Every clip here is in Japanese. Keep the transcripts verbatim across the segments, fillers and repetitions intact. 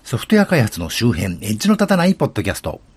ソフトウェア開発の周辺、エッジの立たないポッドキャスト。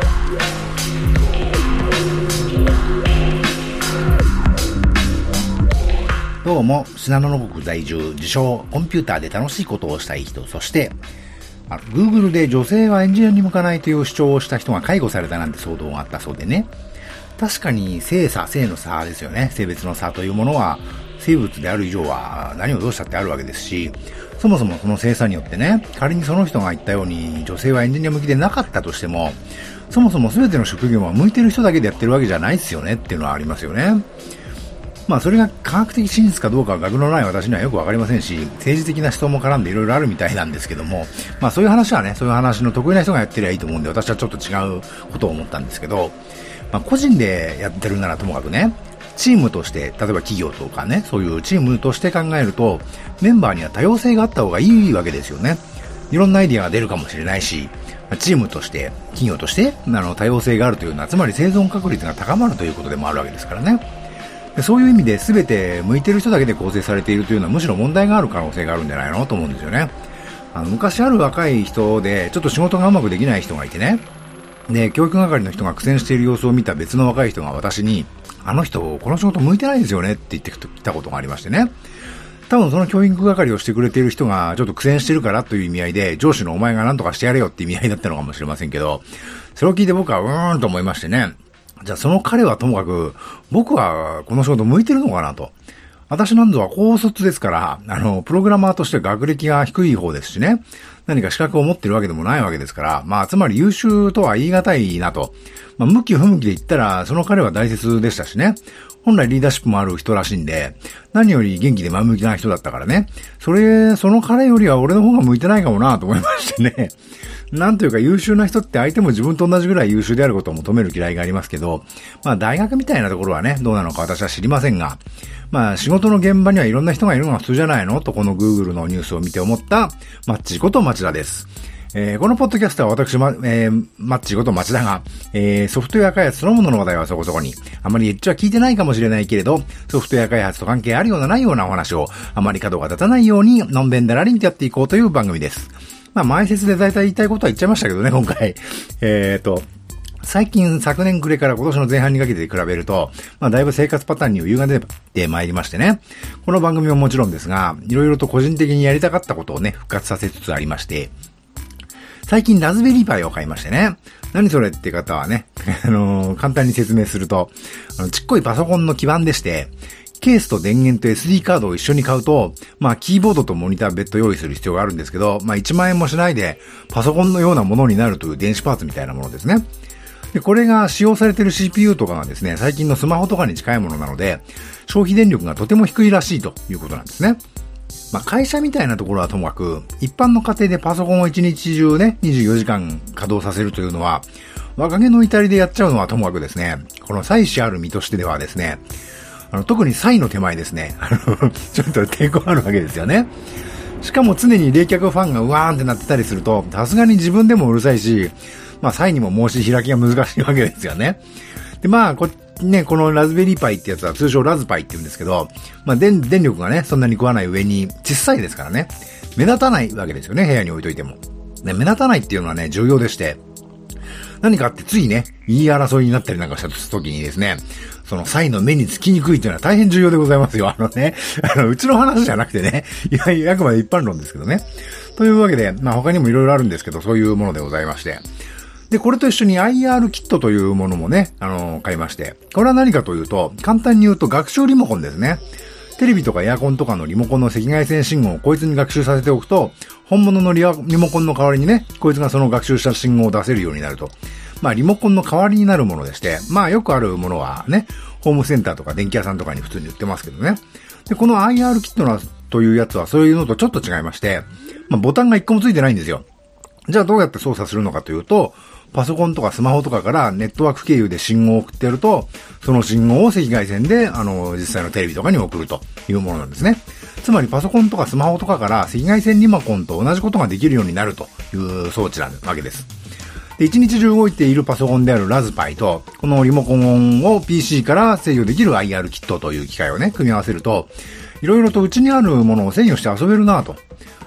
どうも、信濃の国在住、自称コンピューターで楽しいことをしたい人、そして、あの Google で女性はエンジニアに向かないという主張をした人が解雇されたなんて騒動があったそうでね。確かに性差、性の差ですよね。性別の差というものは、生物である以上は何をどうしたってあるわけですし、そもそもその性差によってね、仮にその人が言ったように女性はエンジニア向きでなかったとしても、そもそも全ての職業は向いてる人だけでやってるわけじゃないですよねっていうのはありますよね。まあそれが科学的真実かどうかは学のない私にはよくわかりませんし、政治的な思想も絡んでいろいろあるみたいなんですけども、まあそういう話はね、そういう話の得意な人がやってりゃいいと思うんで、私はちょっと違うことを思ったんですけど、まあ個人でやってるならともかくね、チームとして、例えば企業とかね、そういうチームとして考えると、メンバーには多様性があった方がいいわけですよね。いろんなアイディアが出るかもしれないし、チームとして、企業として、あの、多様性があるというのは、つまり生存確率が高まるということでもあるわけですからね。でそういう意味で全て向いてる人だけで構成されているというのはむしろ問題がある可能性があるんじゃないのと思うんですよね。あの、昔ある若い人で、ちょっと仕事がうまくできない人がいてね。で、教育係の人が苦戦している様子を見た別の若い人が私に、あの人、この仕事向いてないですよねって言ってきたことがありましてね。多分その教育係をしてくれている人がちょっと苦戦してるからという意味合いで、上司のお前が何とかしてやれよって意味合いだったのかもしれませんけど、それを聞いて僕はうーんと思いましてね。じゃあその彼はともかく、僕はこの仕事向いてるのかなと。私なんぞは高卒ですから、あの、プログラマーとして学歴が低い方ですしね。何か資格を持ってるわけでもないわけですから、まあ、つまり優秀とは言い難いなと。まあ、向き不向きで言ったら、その彼は大切でしたしね。本来リーダーシップもある人らしいんで、何より元気で前向きな人だったからね。それ、その彼よりは俺の方が向いてないかもなと思いましてね。なんというか優秀な人って相手も自分と同じぐらい優秀であることを求める嫌いがありますけど、まあ大学みたいなところはね、どうなのか私は知りませんが、まあ仕事の現場にはいろんな人がいるのが普通じゃないのとこの Google のニュースを見て思ったマッチーこと町田です。えー、このポッドキャストは私、ま、えー、マッチーこと町田が、えー、ソフトウェア開発そのものの話題はそこそこに、あまりエッジは聞いてないかもしれないけれど、ソフトウェア開発と関係あるようなないようなお話を、あまり角が立たないように、のんべんだらりにやっていこうという番組です。まあ、前説で大体言いたいことは言っちゃいましたけどね、今回。えーと、最近、昨年暮れから今年の前半にかけて比べると、まあ、だいぶ生活パターンに余裕が出てまいりましてね。この番組ももちろんですが、いろいろと個人的にやりたかったことをね、復活させつつありまして、最近ラズベリーパイを買いましてね。何それって方はね、あのー、簡単に説明すると、あの、ちっこいパソコンの基板でして、ケースと電源と エスディー カードを一緒に買うと、まあ、キーボードとモニター別途用意する必要があるんですけど、まあ、いちまんえんもしないで、パソコンのようなものになるという電子パーツみたいなものですね。で、これが使用されている シーピーユー とかがですね、最近のスマホとかに近いものなので、消費電力がとても低いらしいということなんですね。まあ、会社みたいなところはともかく、一般の家庭でパソコンを一日中ね、にじゅうよじかん稼働させるというのは、若気の至りでやっちゃうのはともかくですね、この妻子ある身としてではですね、あの特に妻の手前ですね、あのちょっと抵抗あるわけですよね。しかも常に冷却ファンがうわーんってなってたりすると、さすがに自分でもうるさいし、まあ妻にも申し開きが難しいわけですよね。で、まあこね、このラズベリーパイってやつは通称ラズパイって言うんですけど、まあ電、電力がね、そんなに食わない上に小さいですからね、目立たないわけですよね、部屋に置いといても。ね、目立たないっていうのはね、重要でして、何かあってついね、言い争いになったりなんかした時にですね、その際の目につきにくいというのは大変重要でございますよ。あのね、あの、うちの話じゃなくてね、いやいや、あくまで一般論ですけどね。というわけで、まあ他にもいろいろあるんですけど、そういうものでございまして。で、これと一緒に アイアール キットというものもね、あの、買いまして。これは何かというと、簡単に言うと学習リモコンですね。テレビとかエアコンとかのリモコンの赤外線信号をこいつに学習させておくと、本物のリモコンの代わりにね、こいつがその学習した信号を出せるようになると。まあ、リモコンの代わりになるものでして、まあ、よくあるものはね、ホームセンターとか電気屋さんとかに普通に売ってますけどね。で、この アイアール キットのというやつはそういうのとちょっと違いまして、まあ、ボタンが一個もついてないんですよ。じゃあどうやって操作するのかというと、パソコンとかスマホとかからネットワーク経由で信号を送ってやると、その信号を赤外線で、あの、実際のテレビとかに送るというものなんですね。つまりパソコンとかスマホとかから赤外線リモコンと同じことができるようになるという装置なわけです。で、一日中動いているパソコンであるラズパイと、このリモコンを ピーシー から制御できる アイアール キットという機械をね、組み合わせると、いろいろとうちにあるものを制御して遊べるなと。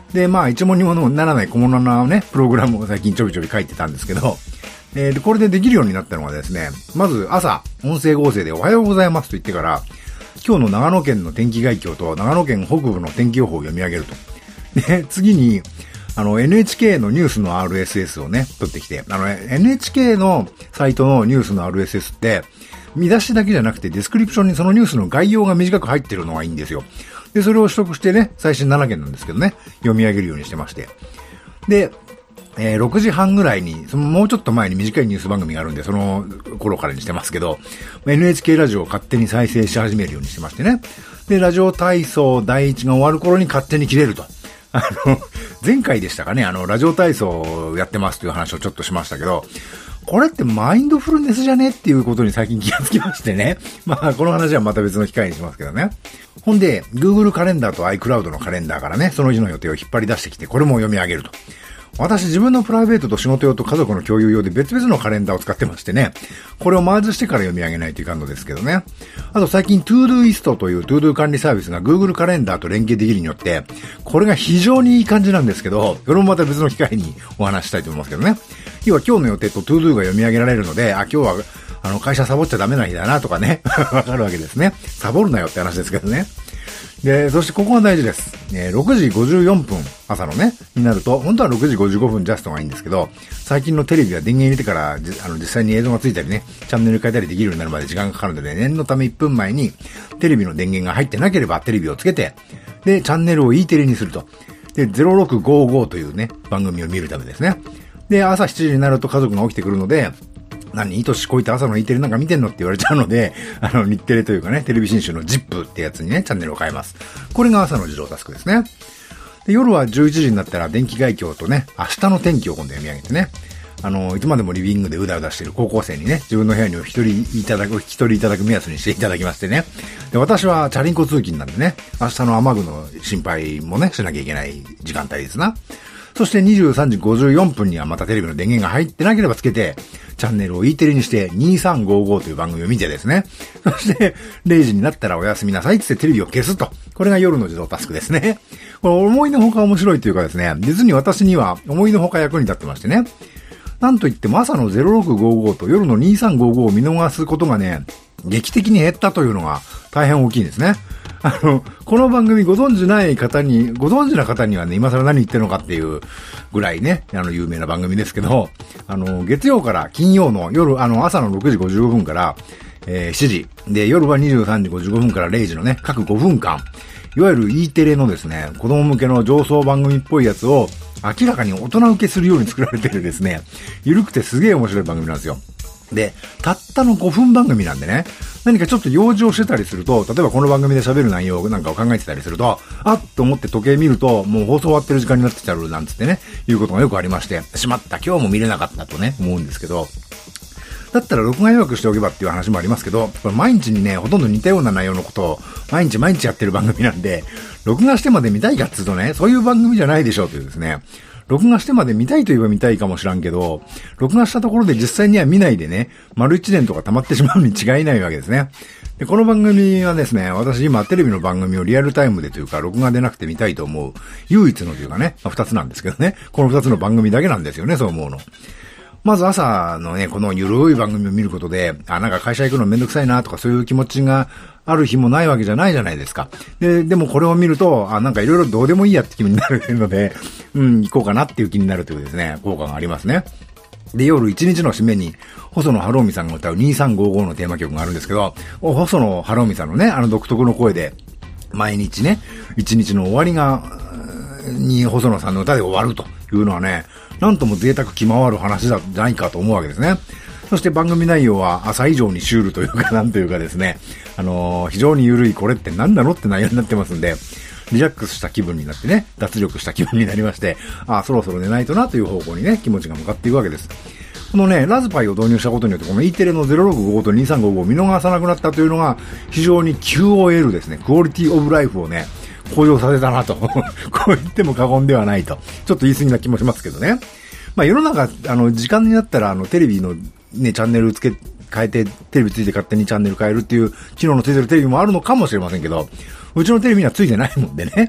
で、まあ一問二問にもならない小物なね、プログラムを最近ちょびちょび書いてたんですけど、えー、で、これでできるようになったのがですね、まず朝、音声合成でおはようございますと言ってから、今日の長野県の天気概況と長野県北部の天気予報を読み上げると。で、次に、あの エヌエイチケー のニュースの アールエスエス をね、取ってきて、あの エヌエイチケー のサイトのニュースの アールエスエス って、見出しだけじゃなくてディスクリプションにそのニュースの概要が短く入ってるのがいいんですよ。で、それを取得してね、最新ななけんなんですけどね、読み上げるようにしてまして。で、えー、ろくじはんぐらいに、そのもうちょっと前に短いニュース番組があるんで、その頃からにしてますけど、エヌエイチケー ラジオを勝手に再生し始めるようにしてましてね。で、ラジオ体操第一が終わる頃に勝手に切れると。あの、前回でしたかね、あの、ラジオ体操をやってますという話をちょっとしましたけど、これってマインドフルネスじゃねっていうことに最近気がつきましてね。まあ、この話はまた別の機会にしますけどね。ほんで、Google カレンダーと iCloud のカレンダーからね、その日の予定を引っ張り出してきて、これも読み上げると。私自分のプライベートと仕事用と家族の共有用で別々のカレンダーを使ってましてね、これをマージしてから読み上げないといかんのですけどね。あと最近 Todoist という Todo 管理サービスが Google カレンダーと連携できるようによって、これが非常にいい感じなんですけど、これもまた別の機会にお話したいと思いますけどね。要は今日の予定と To Do が読み上げられるので、あ、今日はあの会社サボっちゃダメな日だなとかね、わかるわけですね。サボるなよって話ですけどね。で、そしてここが大事です。えー、ろくじごじゅうよんぷん朝のね、になると、本当はろくじごじゅうごふんジャストがいいんですけど、最近のテレビは電源入れてから、あの、実際に映像がついたりね、チャンネル変えたりできるようになるまで時間がかかるので、念のためいっぷんまえに、テレビの電源が入ってなければテレビをつけて、で、チャンネルを E テレにすると。で、ゼロろくごごというね、番組を見るためですね。で、朝しちじになると家族が起きてくるので、何、年こいて朝の E テレなんか見てんのって言われちゃうので、あの、日テレというかね、テレビ新種の ジップ ってやつにね、チャンネルを変えます。これが朝の自動タスクですね。で、夜はじゅういちじになったら電気概況とね、明日の天気を今度読み上げてね、あの、いつまでもリビングでうだうだしている高校生にね、自分の部屋にお一人いただく、お引き取りいただく目安にしていただきましてね。で、私はチャリンコ通勤なんでね、明日の雨具の心配もね、しなきゃいけない時間帯ですな。そしてにじゅうさんじごじゅうよんぷんにはまたテレビの電源が入ってなければつけて、チャンネルを E テレにしてにさんごごという番組を見てですね。そしてれいじになったらおやすみなさいって言ってテレビを消すと。これが夜の自動タスクですね。これ思いのほか面白いというかですね、実に私には思いのほか役に立ってましてね。なんといっても朝のゼロろくごごと夜のにさんごごを見逃すことがね、劇的に減ったというのが大変大きいんですね。あの、この番組ご存知ない方に、ご存知な方にはね、今更何言ってるのかっていうぐらいね、あの、有名な番組ですけど、あの、月曜から金曜の夜、あの、朝のろくじごじゅうごふんから、えー、しちじ、で、夜はにじゅうさんじごじゅうごふんかられいじのね、各ごふんかん、いわゆる E テレのですね、子供向けの上層番組っぽいやつを、明らかに大人受けするように作られてるですね、ゆるくてすげえ面白い番組なんですよ。で、たったのごふん番組なんでね、何かちょっと用事をしてたりすると、例えばこの番組で喋る内容なんかを考えてたりすると、あっと思って時計見ると、もう放送終わってる時間になってきちゃうなんつってね、いうことがよくありまして、しまった、今日も見れなかったとね、思うんですけど、だったら録画予約しておけばっていう話もありますけど、これ毎日にね、ほとんど似たような内容のことを、毎日毎日やってる番組なんで、録画してまで見たいかっつうとね、そういう番組じゃないでしょうというですね、録画してまで見たいと言えば見たいかもしらんけど、録画したところで実際には見ないでね、丸一年とか溜まってしまうに違いないわけですね。で、この番組はですね、私今テレビの番組をリアルタイムでというか、録画でなくて見たいと思う、唯一のというかね、まあ、二つなんですけどね、この二つの番組だけなんですよね、そう思うの。まず朝のね、このゆるい番組を見ることで、あ、なんか会社行くのめんどくさいなとかそういう気持ちがある日もないわけじゃないじゃないですか。で、でもこれを見ると、あ、なんかいろいろどうでもいいやって気になるので、うん、行こうかなっていう気になるというですね、効果がありますね。で、夜一日の締めに、細野晴臣さんが歌うにさんごごのテーマ曲があるんですけど、細野晴臣さんのね、あの独特の声で、毎日ね、一日の終わりが、に細野さんの歌で終わるというのはね、なんとも贅沢気まわる話じゃないかと思うわけですね。そして番組内容は朝以上にシュールというかなんというかですね、あのー、非常に緩いこれって何なのって内容になってますんで、リラックスした気分になってね、脱力した気分になりまして、あ、そろそろ寝ないとなという方向にね、気持ちが向かっていくわけです。このね、ラズパイを導入したことによって、この E テレのゼロろくごごとにさんごごを見逃さなくなったというのが、非常に キューオーエル ですね、クオリティオブライフをね、向上させたなと。こう言っても過言ではないと。ちょっと言い過ぎな気もしますけどね。まあ世の中、あの、時間になったら、あの、テレビのね、チャンネルつけ、変えて、テレビついて勝手にチャンネル変えるっていう機能のついてるテレビもあるのかもしれませんけど、うちのテレビにはついてないもんでね。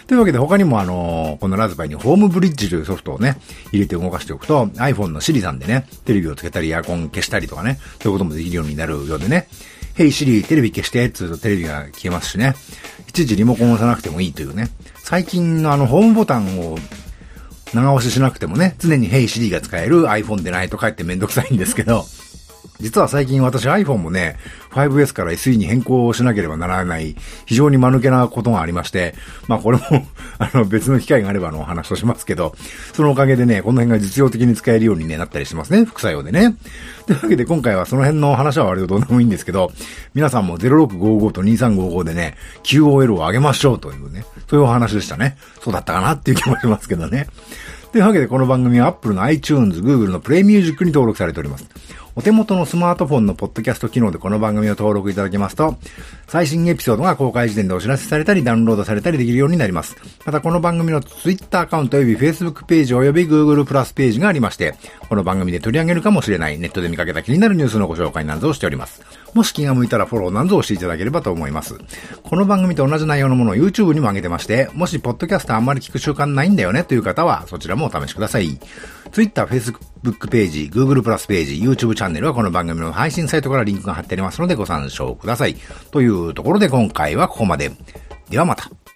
というわけで他にもあの、このラズパイにホームブリッジというソフトをね、入れて動かしておくと iPhone の Siri さんでね、テレビをつけたりエアコン消したりとかね、そういうこともできるようになるようでね、Hey Siri テレビ消してって言うとテレビが消えますしね、いちいちリモコンを押さなくてもいいというね、最近のあのホームボタンを長押ししなくてもね、常に Hey Siri が使える iPhone でないとかえってめんどくさいんですけど、実は最近私 iPhone もね、ファイブエス から エスイー に変更しなければならない非常に間抜けなことがありまして、まあこれもあの別の機会があればのお話をしますけど、そのおかげでね、この辺が実用的に使えるように、ね、なったりしますね、副作用でね。というわけで今回はその辺の話は割とどうでもいいんですけど、皆さんもゼロろくごごとにさんごごでね、キューオーエル を上げましょうというね、そういうお話でしたね。そうだったかなっていう気もしますけどね。というわけでこの番組は Apple の iTunes、Google の Play Music に登録されております。お手元のスマートフォンのポッドキャスト機能でこの番組を登録いただけますと、最新エピソードが公開時点でお知らせされたりダウンロードされたりできるようになります。またこの番組の Twitter アカウントおよび Facebook ページおよび Google プラスページがありまして、この番組で取り上げるかもしれないネットで見かけた気になるニュースのご紹介なんぞをしております。もし気が向いたらフォローなんぞをしていただければと思います。この番組と同じ内容のものを YouTube にも上げてまして、もしポッドキャストあんまり聞く習慣ないんだよねという方はそちらもお試しください。Twitter、Facebook ページ、Google プラスページ、YouTube チャンネルはこの番組の配信サイトからリンクが貼ってありますのでご参照ください。というところで今回はここまで。ではまた。